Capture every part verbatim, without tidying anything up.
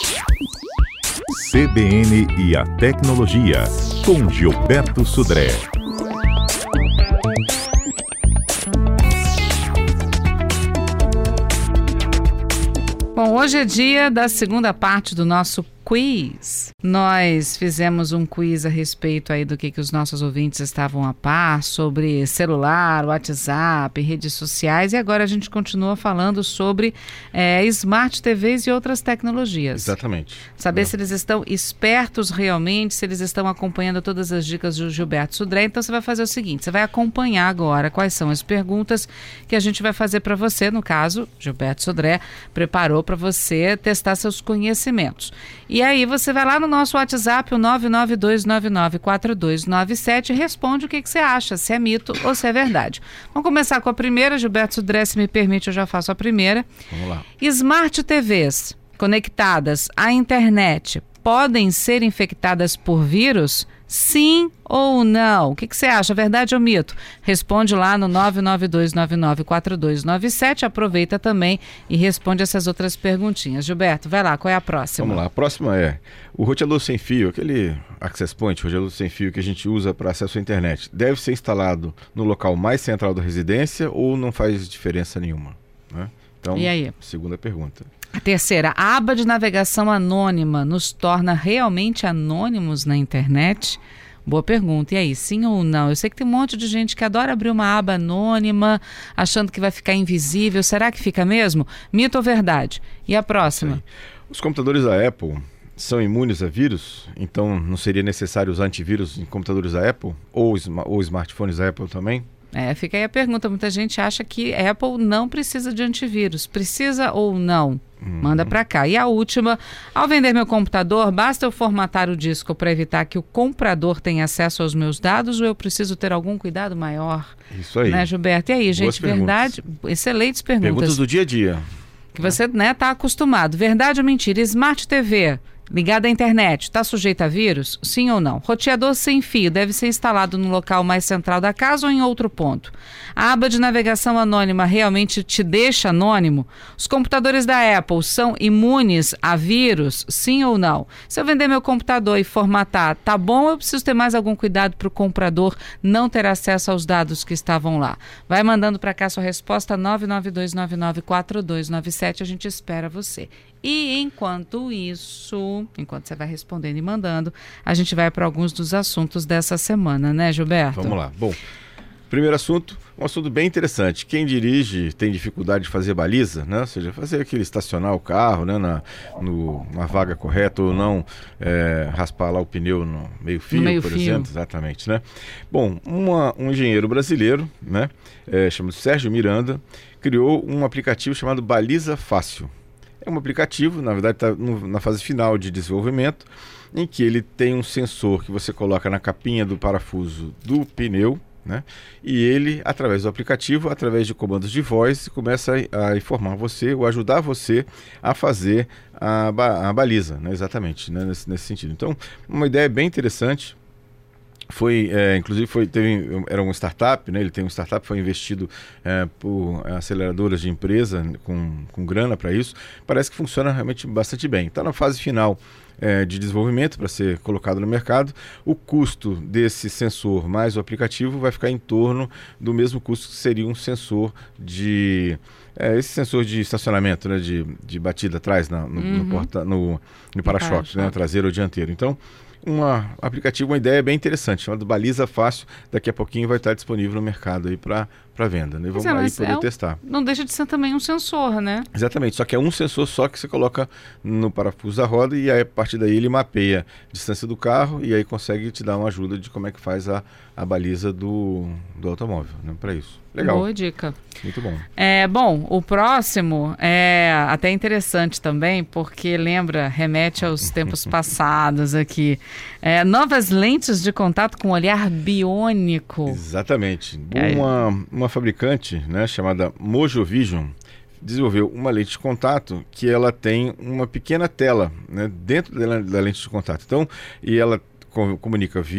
C B N e a Tecnologia, com Gilberto Sudré. Bom, hoje é dia da segunda parte do nosso quiz. Nós fizemos um quiz a respeito aí do que, que os nossos ouvintes estavam a par, sobre celular, WhatsApp, redes sociais, e agora a gente continua falando sobre é, Smart T Vs e outras tecnologias. Exatamente. Saber é. se eles estão espertos realmente, se eles estão acompanhando todas as dicas do Gilberto Sudré. Então você vai fazer o seguinte, você vai acompanhar agora quais são as perguntas que a gente vai fazer para você. No caso, Gilberto Sudré preparou para você testar seus conhecimentos. E aí você vai lá no nosso WhatsApp, o nove nove dois nove nove quatro dois nove sete, e responde o que, que você acha, se é mito ou se é verdade. Vamos começar com a primeira. Gilberto Sudré, se me permite, eu já faço a primeira. Vamos lá. Smart T Vs conectadas à internet podem ser infectadas por vírus? Sim ou não? O que, que você acha? Verdade ou mito? Responde lá no nove nove dois nove nove quatro dois nove sete. Aproveita também e responde essas outras perguntinhas. Gilberto, vai lá, qual é a próxima? Vamos lá, a próxima é o roteador sem fio, aquele access point, roteador sem fio que a gente usa para acesso à internet. Deve ser instalado no local mais central da residência ou não faz diferença nenhuma? Né? Então, e aí? Segunda pergunta. A terceira, a aba de navegação anônima nos torna realmente anônimos na internet? Boa pergunta. E aí, sim ou não? Eu sei que tem um monte de gente que adora abrir uma aba anônima, achando que vai ficar invisível. Será que fica mesmo? Mito ou verdade? E a próxima? Sim. Os computadores da Apple são imunes a vírus? Então não seria necessário usar antivírus em computadores da Apple? Ou, ou smartphones da Apple também? É, fica aí a pergunta. Muita gente acha que Apple não precisa de antivírus. Precisa ou não? Hum. Manda para cá. E a última, ao vender meu computador, basta eu formatar o disco para evitar que o comprador tenha acesso aos meus dados ou eu preciso ter algum cuidado maior? Isso aí. Né, Gilberto? E aí, Boas gente, perguntas. Verdade? Excelentes perguntas. Perguntas do dia a dia. Que você, né, tá acostumado. Verdade ou mentira? Smart T V ligada à internet, está sujeita a vírus? Sim ou não? Roteador sem fio deve ser instalado no local mais central da casa ou em outro ponto? A aba de navegação anônima realmente te deixa anônimo? Os computadores da Apple são imunes a vírus? Sim ou não? Se eu vender meu computador e formatar, tá bom ou eu preciso ter mais algum cuidado para o comprador não ter acesso aos dados que estavam lá? Vai mandando para cá sua resposta, nove nove dois nove nove quatro dois nove sete, a gente espera você. E enquanto isso, enquanto você vai respondendo e mandando, a gente vai para alguns dos assuntos dessa semana, né, Gilberto? Vamos lá. Bom, primeiro assunto, um assunto bem interessante. Quem dirige tem dificuldade de fazer baliza, né? Ou seja, fazer aquele estacionar o carro, né, na, no, na vaga correta ou não, é, raspar lá o pneu no meio fio, meio por fio. exemplo. Exatamente, né? Bom, uma, um engenheiro brasileiro, né, é, chamado Sérgio Miranda, criou um aplicativo chamado Baliza Fácil. É um aplicativo, na verdade está na fase final de desenvolvimento, em que ele tem um sensor que você coloca na capinha do parafuso do pneu, né? E ele, através do aplicativo, através de comandos de voz, começa a, a informar você ou ajudar você a fazer a, ba- a baliza, né? Exatamente, né? nesse, nesse sentido. Então, uma ideia bem interessante. Foi, é, inclusive, foi, teve, era uma startup, né? Ele tem um startup, foi investido é, por aceleradoras de empresa com, com grana para isso. Parece que funciona realmente bastante bem. Está na fase final é, de desenvolvimento para ser colocado no mercado. O custo desse sensor mais o aplicativo vai ficar em torno do mesmo custo que seria um sensor de... É, esse sensor de estacionamento, né? de, de batida atrás na, no, uhum. no, porta, no, no para-choque, né? Traseiro ou dianteiro. Então, um aplicativo, uma ideia bem interessante, chamado Baliza Fácil. Daqui a pouquinho vai estar disponível no mercado aí para venda, né? Vamos é, aí poder é um, testar. Não deixa de ser também um sensor, né? Exatamente, só que é um sensor só que você coloca no parafuso da roda e aí, a partir daí ele mapeia a distância do carro e aí consegue te dar uma ajuda de como é que faz a, a baliza do, do automóvel, né? Para isso. Legal. Boa dica. Muito bom. É, bom, o próximo é até interessante também, porque lembra, remete aos tempos passados aqui. É, novas lentes de contato com olhar biônico. Exatamente. É. Uma, uma fabricante, né, chamada Mojovision desenvolveu uma lente de contato que ela tem uma pequena tela, né, dentro da, da lente de contato. Então, e ela comunica via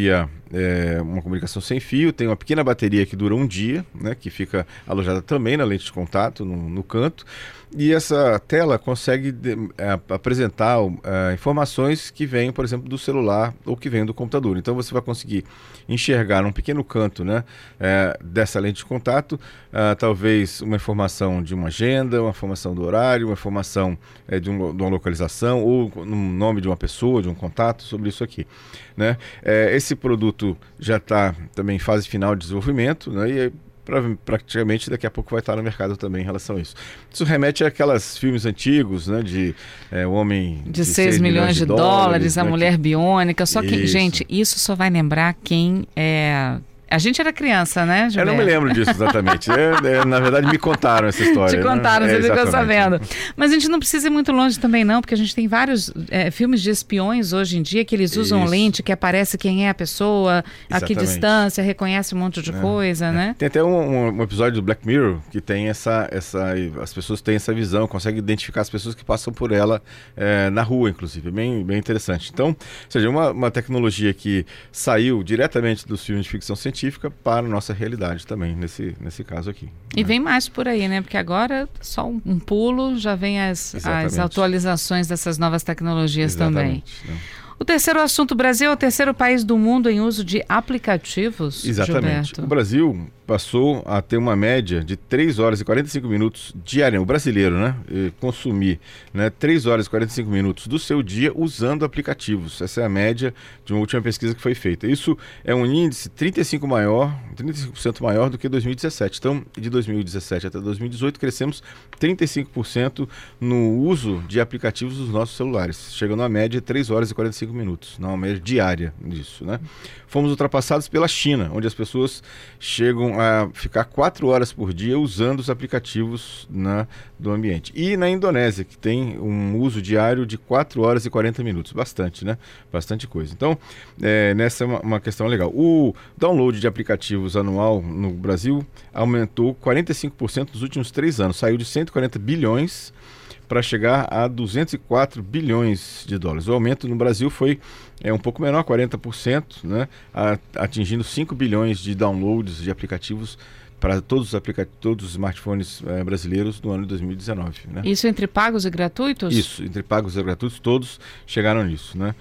é uma comunicação sem fio, tem uma pequena bateria que dura um dia, né, que fica alojada também na lente de contato, no, no canto, e essa tela consegue de, é, apresentar é, informações que vêm, por exemplo, do celular ou que vêm do computador. Então você vai conseguir enxergar num pequeno canto, né, é, dessa lente de contato, é, talvez uma informação de uma agenda, uma informação do horário, uma informação é, de, um, de uma localização ou um nome de uma pessoa, de um contato, sobre isso aqui, né? É, esse produto já está também em fase final de desenvolvimento, né, e pra, praticamente daqui a pouco vai estar no mercado também em relação a isso. Isso remete àqueles filmes antigos, né, de é, o homem de seis milhões de dólares, a né, mulher que... biônica, só que, isso. gente, isso só vai lembrar quem é... A gente era criança, né, Gilberto? Eu não me lembro disso exatamente. é, é, na verdade, me contaram essa história. Te contaram, né? você é, ficou sabendo. Mas a gente não precisa ir muito longe também, não, porque a gente tem vários é, filmes de espiões hoje em dia que eles usam Isso. lente, que aparece quem é a pessoa, a que Exatamente. distância, reconhece um monte de É, coisa, é. né? Tem até um, um episódio do Black Mirror que tem essa, essa... As pessoas têm essa visão, conseguem identificar as pessoas que passam por ela é, na rua, inclusive. Bem, bem interessante. Então, ou seja, uma, uma tecnologia que saiu diretamente dos filmes de ficção científica para o nossa realidade também, nesse, nesse caso aqui. E né? vem mais por aí, né? Porque agora, só um, um pulo, já vem as, as atualizações dessas novas tecnologias Exatamente, também. Né? O terceiro assunto, o Brasil é o terceiro país do mundo em uso de aplicativos, Exatamente. Gilberto. O Brasil passou a ter uma média de três horas e quarenta e cinco minutos diária, o brasileiro, né? E consumir né, três horas e quarenta e cinco minutos do seu dia usando aplicativos. Essa é a média de uma última pesquisa que foi feita. Isso é um índice trinta e cinco por cento maior, trinta e cinco por cento maior do que dois mil e dezessete. Então, de dois mil e dezessete até dois mil e dezoito, crescemos trinta e cinco por cento no uso de aplicativos dos nossos celulares, chegando a média de três horas e quarenta e cinco minutos, não, uma média diária disso, né? Fomos ultrapassados pela China, onde as pessoas chegam a ficar quatro horas por dia usando os aplicativos na, do ambiente. E na Indonésia, que tem um uso diário de quatro horas e quarenta minutos. Bastante, né? Bastante coisa. Então, é, nessa é uma, uma questão legal. O download de aplicativos anual no Brasil aumentou quarenta e cinco por cento nos últimos três anos. Saiu de cento e quarenta bilhões para chegar a duzentos e quatro bilhões de dólares. O aumento no Brasil foi é, um pouco menor, quarenta por cento, né, a, atingindo cinco bilhões de downloads de aplicativos para todos os, aplica todos os smartphones é, brasileiros no ano de dois mil e dezenove. Né? Isso entre pagos e gratuitos? Isso, entre pagos e gratuitos, todos chegaram nisso. Né?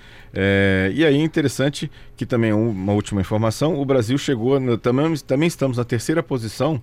É, e aí é interessante que também uma última informação, o Brasil chegou, no, também, também estamos na terceira posição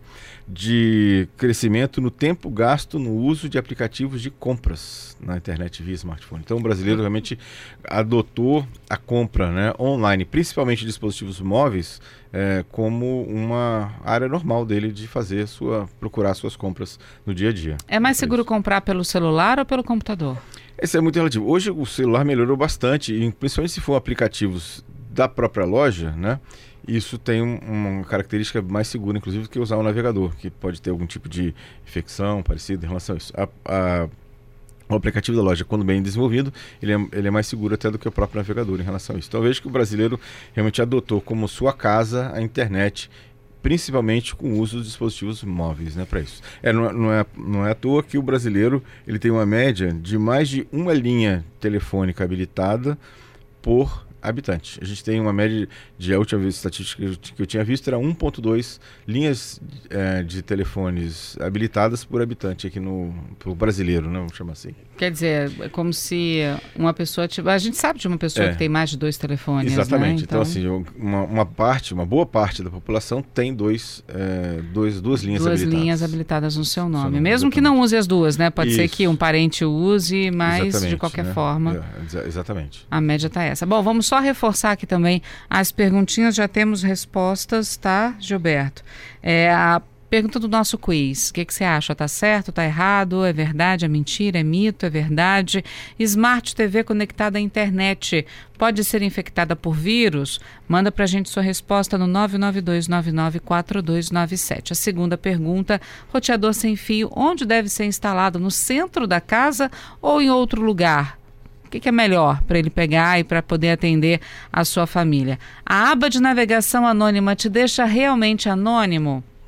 de crescimento no tempo gasto no uso de aplicativos de compras na internet via smartphone. Então o brasileiro realmente adotou a compra, né, online, principalmente de dispositivos móveis, é, como uma área normal dele de fazer sua, procurar suas compras no dia a dia. É mais seguro comprar pelo celular ou pelo computador? Esse é muito relativo. Hoje o celular melhorou bastante, e principalmente se for aplicativos da própria loja, né? Isso tem um, uma característica mais segura, inclusive, do que usar um navegador, que pode ter algum tipo de infecção parecida em relação a isso. A, a, o aplicativo da loja, quando bem desenvolvido, ele é, ele é mais seguro até do que o próprio navegador em relação a isso. Então, eu vejo que o brasileiro realmente adotou como sua casa a internet, principalmente com o uso dos dispositivos móveis, né, para isso. É, não, não, é, não é à toa que o brasileiro ele tem uma média de mais de uma linha telefônica habilitada por habitante. A gente tem uma média de, a última vez estatística que eu tinha visto era um ponto dois linhas é, de telefones habilitadas por habitante aqui no pro brasileiro, né, vamos chamar assim. Quer dizer, é como se uma pessoa tivesse... A gente sabe de uma pessoa é. que tem mais de dois telefones, exatamente. né? Então, então assim, uma, uma parte, uma boa parte da população tem dois, é, dois, duas linhas duas habilitadas. Duas linhas habilitadas no seu nome. Seu nome Mesmo exatamente. Que não use as duas, né? Pode Isso. ser que um parente use, mas exatamente, de qualquer né? forma... É, exatamente. A média está essa. Bom, vamos só reforçar aqui também as perguntinhas, já temos respostas, tá, Gilberto? É, a pergunta do nosso quiz, o que, que você acha? Tá certo, tá errado, é verdade, é mentira, é mito, é verdade? Smart T V conectada à internet pode ser infectada por vírus? Manda pra gente sua resposta no nove nove dois nove nove quatro dois nove sete. A segunda pergunta, roteador sem fio, onde deve ser instalado? No centro da casa ou em outro lugar? O que, que é melhor para ele pegar e para poder atender a sua família? A aba de navegação anônima te deixa realmente anônimo?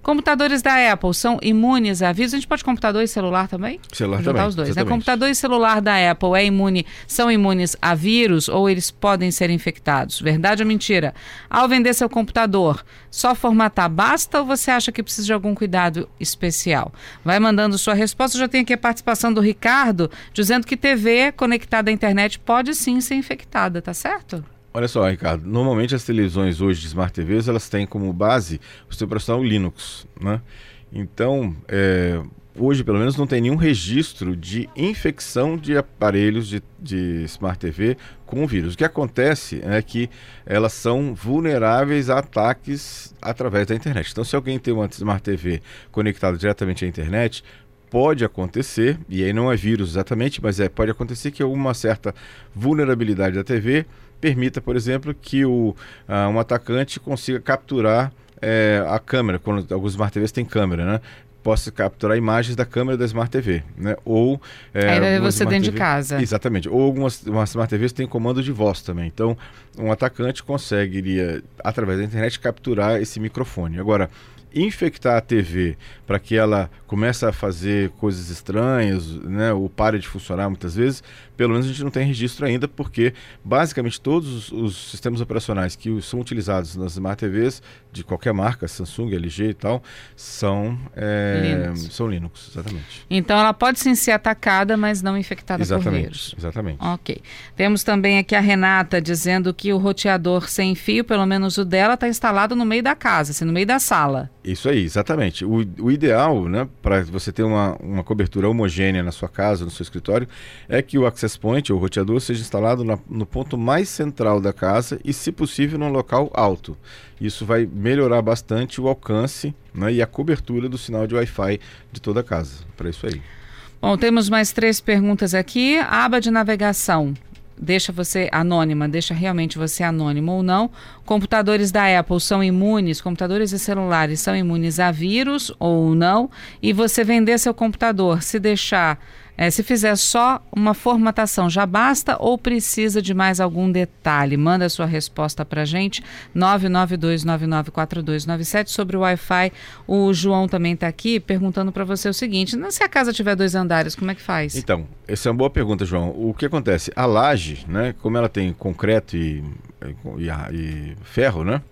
Computadores da Apple são imunes a vírus? A gente pode computador e celular também? Celular Juntar também, os dois, né? exatamente. Computador e celular da Apple é imune, são imunes a vírus ou eles podem ser infectados? Verdade ou mentira? Ao vender seu computador, só formatar basta ou você acha que precisa de algum cuidado especial? Vai mandando sua resposta. Já tem aqui a participação do Ricardo, dizendo que T V conectada à internet pode sim ser infectada, tá certo? Olha só, Ricardo, normalmente as televisões hoje de Smart T Vs, elas têm como base o sistema operacional Linux, né? Então, é, hoje pelo menos não tem nenhum registro de infecção de aparelhos de, de Smart T V com o vírus. O que acontece é que elas são vulneráveis a ataques através da internet. Então, se alguém tem uma Smart T V conectada diretamente à internet, pode acontecer, e aí não é vírus exatamente, mas é, pode acontecer que uma certa vulnerabilidade da T V permita, por exemplo, que o, uh, um atacante consiga capturar é, a câmera, quando alguns Smart T Vs têm câmera, né? Possa capturar imagens da câmera da Smart T V, né? Ou é, aí vai ver você dentro T V, de casa. Exatamente. Ou algumas uma Smart T Vs têm comando de voz também. Então, um atacante conseguiria, através da internet, capturar esse microfone. Agora, infectar a T V para que ela comece a fazer coisas estranhas, né, ou pare de funcionar muitas vezes, pelo menos a gente não tem registro ainda, porque basicamente todos os, os sistemas operacionais que são utilizados nas Smart T Vs de qualquer marca, Samsung, L G e tal, são, é, Linux. são Linux, exatamente. Então ela pode sim ser atacada, mas não infectada exatamente, por vírus. Exatamente. Ok. Temos também aqui a Renata dizendo que o roteador sem fio, pelo menos o dela, está instalado no meio da casa, assim, no meio da sala. Isso aí, exatamente. O, o ideal, né, para você ter uma, uma cobertura homogênea na sua casa, no seu escritório, é que o access point, ou roteador, seja instalado na, no ponto mais central da casa e, se possível, num local alto. Isso vai melhorar bastante o alcance, né, e a cobertura do sinal de Wi-Fi de toda a casa. Para isso aí. Bom, temos mais três perguntas aqui. A aba de navegação deixa você anônima, deixa realmente você anônimo ou não. Computadores da Apple são imunes, computadores e celulares são imunes a vírus ou não. E você vender seu computador, se deixar, é, se fizer só uma formatação, já basta ou precisa de mais algum detalhe? Manda a sua resposta para a gente, nove nove dois nove nove quatro dois nove sete. Sobre o Wi-Fi, o João também está aqui perguntando para você o seguinte: se a casa tiver dois andares, como é que faz? Então, essa é uma boa pergunta, João. O que acontece? A laje, né, como ela tem concreto e, e, e ferro, né?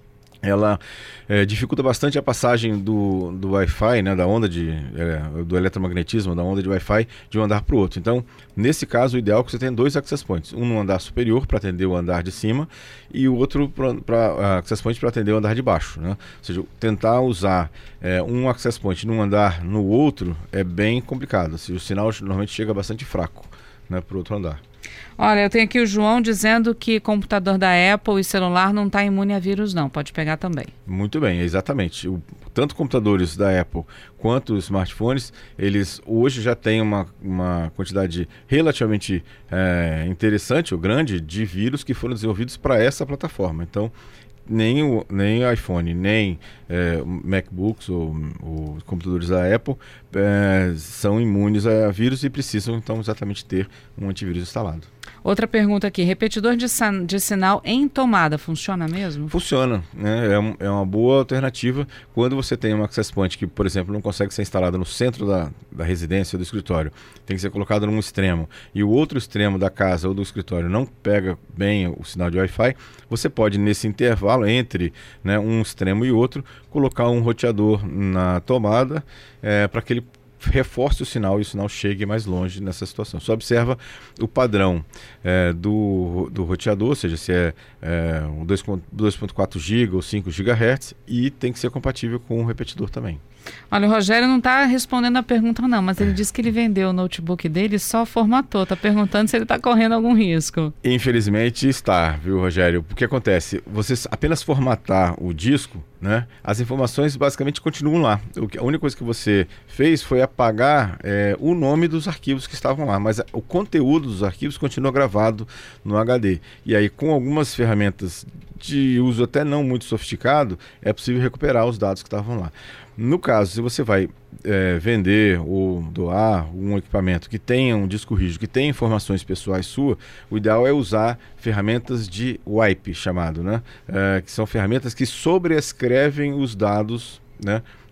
Ela é, dificulta bastante a passagem do, do Wi-Fi, né, da onda de, é, do eletromagnetismo, da onda de Wi-Fi, de um andar para o outro. Então, nesse caso, o ideal é que você tenha dois access points. Um no andar superior, para atender o andar de cima, e o outro para uh, access point para atender o andar de baixo, né? Ou seja, tentar usar é, um access point num andar no outro é bem complicado. Assim, o sinal normalmente chega bastante fraco, né, para o outro andar. Olha, eu tenho aqui o João dizendo que computador da Apple e celular não está imune a vírus não, pode pegar também. Muito bem, exatamente. O, tanto computadores da Apple quanto os smartphones, eles hoje já têm uma, uma quantidade relativamente é, interessante ou grande de vírus que foram desenvolvidos para essa plataforma. Então, nem o nem o iPhone, nem é, MacBooks ou, ou computadores da Apple é, são imunes a vírus e precisam, então, exatamente ter um antivírus instalado. Outra pergunta aqui, repetidor de, de sinal em tomada, funciona mesmo? Funciona, né? É, um, é uma boa alternativa quando você tem um access point que, por exemplo, não consegue ser instalado no centro da, da residência ou do escritório, tem que ser colocado num extremo, e o outro extremo da casa ou do escritório não pega bem o sinal de Wi-Fi, você pode, nesse intervalo entre, né, um extremo e outro, colocar um roteador na tomada é, para que ele reforce o sinal e o sinal chegue mais longe nessa situação. Só observa o padrão é, do, do roteador, ou seja, se é, é um dois ponto quatro gigahertz ou cinco gigahertz, e tem que ser compatível com o repetidor também. Olha, o Rogério não está respondendo a pergunta não, mas ele disse que ele vendeu o notebook dele e só formatou. Está perguntando se ele está correndo algum risco. Infelizmente está, viu, Rogério? O que acontece? Você apenas formatar o disco, né, as informações basicamente continuam lá. O que, a única coisa que você fez foi apagar é, o nome dos arquivos que estavam lá, mas o conteúdo dos arquivos continua gravado no H D. E aí, com algumas ferramentas de uso até não muito sofisticado, é possível recuperar os dados que estavam lá. No caso, se você vai é, vender ou doar um equipamento que tenha um disco rígido, que tenha informações pessoais suas, o ideal é usar ferramentas de wipe, chamado, né? É, que são ferramentas que sobrescrevem os dados, né,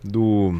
do,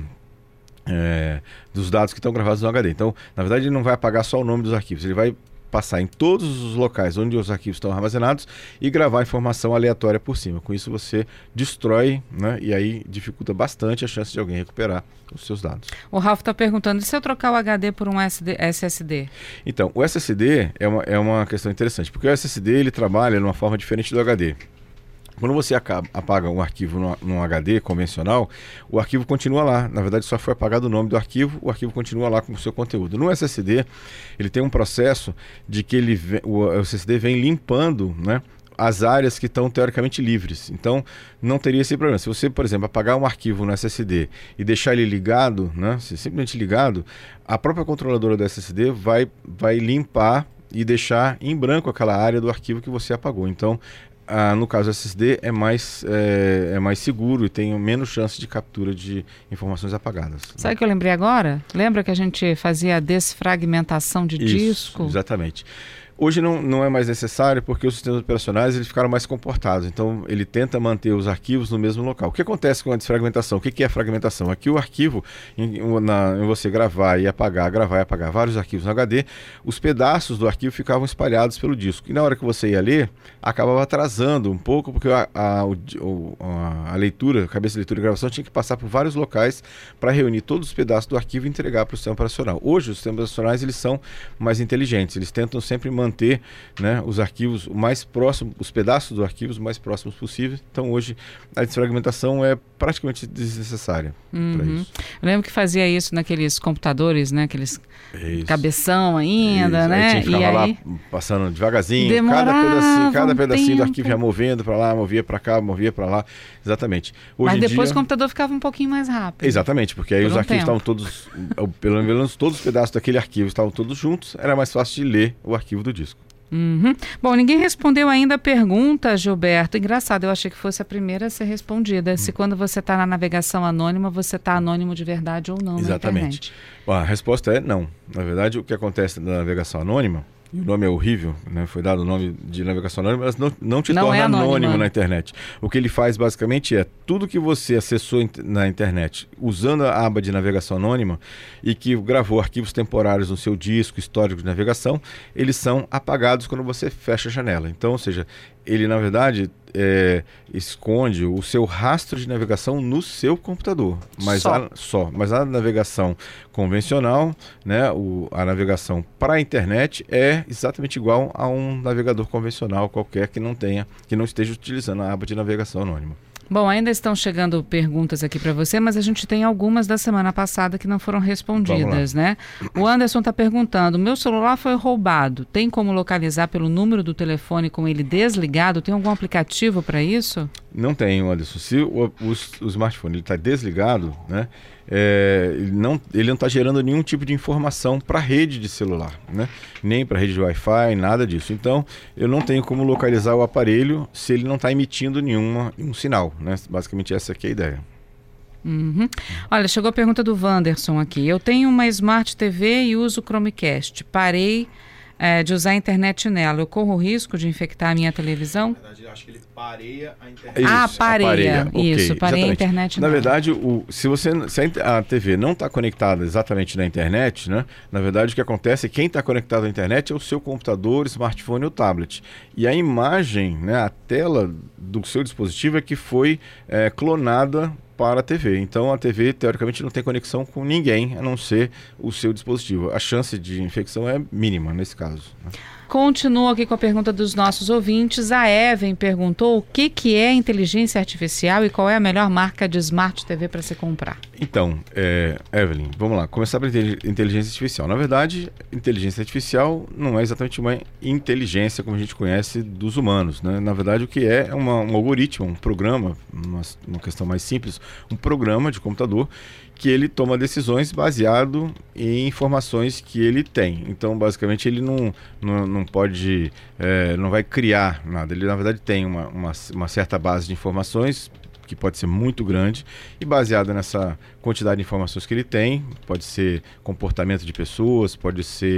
é, dos dados que estão gravados no H D. Então, na verdade, ele não vai apagar só o nome dos arquivos, ele vai passar em todos os locais onde os arquivos estão armazenados e gravar informação aleatória por cima. Com isso você destrói, né, e aí dificulta bastante a chance de alguém recuperar os seus dados. O Ralf está perguntando, e se eu trocar o H D por um S S D? Então, o S S D é uma, é uma questão interessante, porque o S S D ele trabalha de uma forma diferente do H D. Quando você acaba, apaga um arquivo no, num H D convencional, o arquivo continua lá. Na verdade, só foi apagado o nome do arquivo, o arquivo continua lá com o seu conteúdo. No S S D, ele tem um processo de que ele, o S S D vem limpando, né, as áreas que estão teoricamente livres. Então, não teria esse problema. Se você, por exemplo, apagar um arquivo no S S D e deixar ele ligado, né, simplesmente ligado, a própria controladora do S S D vai, vai limpar e deixar em branco aquela área do arquivo que você apagou. Então, Ah, no caso do S S D é mais, é, é mais seguro e tem menos chance de captura de informações apagadas. Sabe o que eu lembrei agora? Lembra que a gente fazia a desfragmentação de Isso, disco? Exatamente. Hoje não, não é mais necessário porque os sistemas operacionais eles ficaram mais comportados. Então ele tenta manter os arquivos no mesmo local. O que acontece com a desfragmentação? O que, que é a fragmentação? Aqui o arquivo, em, na, em você gravar e apagar, gravar e apagar vários arquivos no H D, os pedaços do arquivo ficavam espalhados pelo disco. E na hora que você ia ler, acabava atrasando um pouco, porque a, a, o, a, a leitura, a cabeça de leitura e gravação tinha que passar por vários locais para reunir todos os pedaços do arquivo e entregar para o sistema operacional. Hoje os sistemas operacionais eles são mais inteligentes, eles tentam sempre manter manter, né, os arquivos o mais próximos, os pedaços dos arquivos o mais próximos possíveis. Então hoje a desfragmentação é praticamente desnecessária uhum. para isso. Eu lembro que fazia isso naqueles computadores, né, aqueles isso. cabeção ainda, isso. né? Aí tinha que ficar lá aí... passando devagarzinho, Demorava cada pedacinho, cada um pedacinho tempo. do arquivo já movendo para lá, movia para cá, movia para lá. Exatamente. Hoje Mas depois dia... o computador ficava um pouquinho mais rápido. Exatamente, porque aí Por os um arquivos tempo. estavam todos, pelo menos todos os pedaços daquele arquivo estavam todos juntos, era mais fácil de ler o arquivo do disco. Uhum. Bom, ninguém respondeu ainda a pergunta, Gilberto. Engraçado, eu achei que fosse a primeira a ser respondida. Hum. Se quando você está na navegação anônima, você está anônimo de verdade ou não. Exatamente. Na internet. Bom, a resposta é não. Na verdade, o que acontece na navegação anônima, e o nome é horrível, né? Foi dado o nome de navegação anônima, mas não, não te não torna é anônimo na internet. O que ele faz basicamente é tudo que você acessou na internet usando a aba de navegação anônima e que gravou arquivos temporários no seu disco histórico de navegação, eles são apagados quando você fecha a janela. Então, ou seja, ele na verdade é, esconde o seu rastro de navegação no seu computador, mas só, a, só, mas a navegação convencional, né, o, a navegação para a internet é exatamente igual a um navegador convencional qualquer que não tenha, que não esteja utilizando a aba de navegação anônima. Bom, ainda estão chegando perguntas aqui para você, mas a gente tem algumas da semana passada que não foram respondidas, né? O Anderson está perguntando, meu celular foi roubado, tem como localizar pelo número do telefone com ele desligado? Tem algum aplicativo para isso? Não tem, Anderson. Se o, o, o smartphone está desligado, né, é, ele não ele não está gerando nenhum tipo de informação para a rede de celular, né, nem para a rede de Wi-Fi, nada disso. Então, eu não tenho como localizar o aparelho se ele não está emitindo nenhuma, nenhum sinal, né? Basicamente essa aqui é a ideia. Uhum. Olha, chegou a pergunta do Wanderson aqui. Eu tenho uma Smart T V e uso Chromecast. Parei é, de usar a internet nela. Eu corro o risco de infectar a minha televisão? Na verdade, eu acho que ele pareia a internet. Ah, Isso, pareia. pareia. Isso, Okay, pareia a exatamente. internet Na nela. verdade, o, se, você, se a, a T V não está conectada exatamente na internet, né, na verdade o que acontece é que quem está conectado à internet é o seu computador, smartphone ou tablet. E a imagem, né, a tela do seu dispositivo é que foi é, clonada para a T V. Então a T V teoricamente não tem conexão com ninguém a não ser o seu dispositivo. A chance de infecção é mínima nesse caso, né? Continuo aqui com a pergunta dos nossos ouvintes. A Evelyn perguntou o que, que é inteligência artificial e qual é a melhor marca de Smart T V para se comprar. Então, é, Evelyn, vamos lá. Começar pela inteligência artificial. Na verdade, inteligência artificial não é exatamente uma inteligência como a gente conhece dos humanos, né? Na verdade, o que é é uma, um algoritmo, um programa, uma, uma questão mais simples, um programa de computador que ele toma decisões baseado em informações que ele tem. Então, basicamente, ele não, não, não pode, é, não vai criar nada. Ele, na verdade, tem uma, uma, uma certa base de informações que pode ser muito grande e baseada nessa quantidade de informações que ele tem, pode ser comportamento de pessoas, pode ser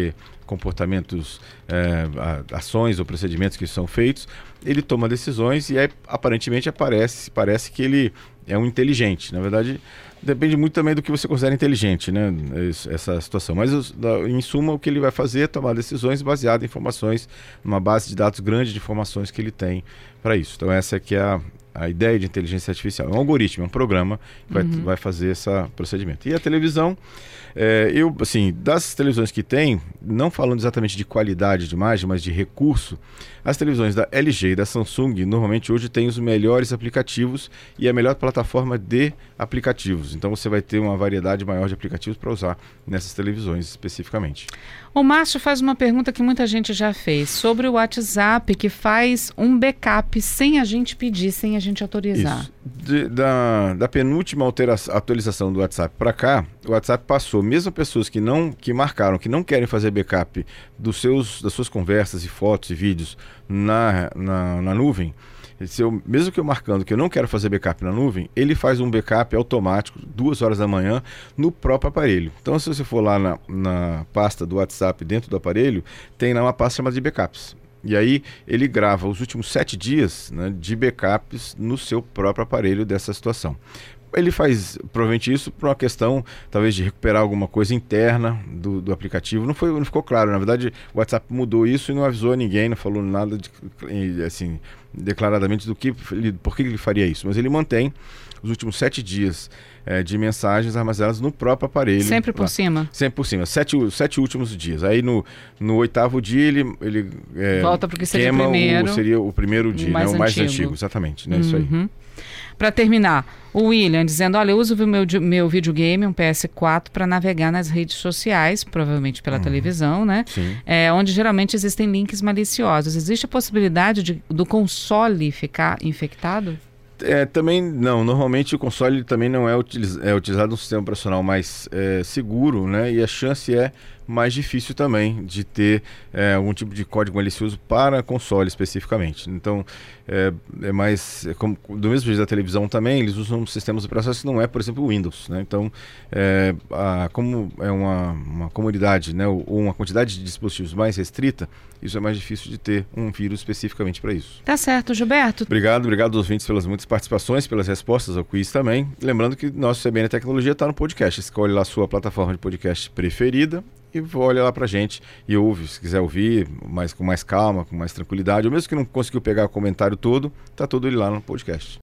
comportamentos, é, ações ou procedimentos que são feitos, ele toma decisões e aí, aparentemente aparece, parece que ele é um inteligente. Na verdade, depende muito também do que você considera inteligente, né? Essa situação. Mas, em suma, o que ele vai fazer é tomar decisões baseadas em informações, numa base de dados grande de informações que ele tem para isso. Então, essa aqui é a, a ideia de inteligência artificial. É um algoritmo, é um programa que vai, uhum. vai fazer esse procedimento. E a televisão, é, eu, assim, das televisões que tem, não falando exatamente de qualidade de imagem, mas de recurso, as televisões da L G e da Samsung, normalmente hoje têm os melhores aplicativos e a melhor plataforma de aplicativos. Então você vai ter uma variedade maior de aplicativos para usar nessas televisões especificamente. O Márcio faz uma pergunta que muita gente já fez sobre o WhatsApp, que faz um backup sem a gente pedir, sem a gente autorizar. Isso. De, da, da penúltima altera- atualização do WhatsApp para cá, o WhatsApp passou, mesmo pessoas que não que marcaram, que não querem fazer backup dos seus, das suas conversas e fotos e vídeos na, na, na nuvem, se eu, mesmo que eu marcando que eu não quero fazer backup na nuvem, ele faz um backup automático, duas horas da manhã, no próprio aparelho. Então, se você for lá na, na pasta do WhatsApp dentro do aparelho, tem lá uma pasta chamada de backups. E aí ele grava os últimos sete dias, né, de backups no seu próprio aparelho dessa situação. Ele faz, provavelmente, isso por uma questão, talvez, de recuperar alguma coisa interna do, do aplicativo. Não, foi, não ficou claro. Na verdade, o WhatsApp mudou isso e não avisou a ninguém, não falou nada, de, assim, declaradamente do que, por que ele faria isso. Mas ele mantém os últimos sete dias é, de mensagens armazenadas no próprio aparelho. Sempre por lá. cima? Sempre por cima. Sete, sete últimos dias. Aí, no, no oitavo dia, ele, ele é, volta porque seria o primeiro. O, seria o primeiro dia, mais né? O mais antigo. antigo. Exatamente, né? Uhum. Isso aí. Para terminar, o William dizendo, olha, eu uso o meu, meu videogame, um P S quatro, para navegar nas redes sociais, provavelmente pela uhum. televisão, né? Sim. É, onde geralmente existem links maliciosos. Existe a possibilidade de, do console ficar infectado? É, também não, normalmente o console também não é, utiliz, é utilizado num sistema operacional mais é, seguro, né? E a chance é mais difícil também de ter é, algum tipo de código malicioso para console especificamente. Então, é, é mais, é como, do mesmo jeito da televisão também, eles usam sistemas operacionais que não é, por exemplo, o Windows, né? Então, é, a, como é uma, uma comunidade, né, ou uma quantidade de dispositivos mais restrita, isso é mais difícil de ter um vírus especificamente para isso. Tá certo, Gilberto. Obrigado, obrigado aos ouvintes pelas muitas participações, pelas respostas ao quiz também. Lembrando que nosso C B N Tecnologia está no podcast. Escolhe lá a sua plataforma de podcast preferida e olha lá pra gente e ouve, se quiser ouvir mais, com mais calma, com mais tranquilidade, ou mesmo que não conseguiu pegar o comentário todo, tá todo ele lá no podcast.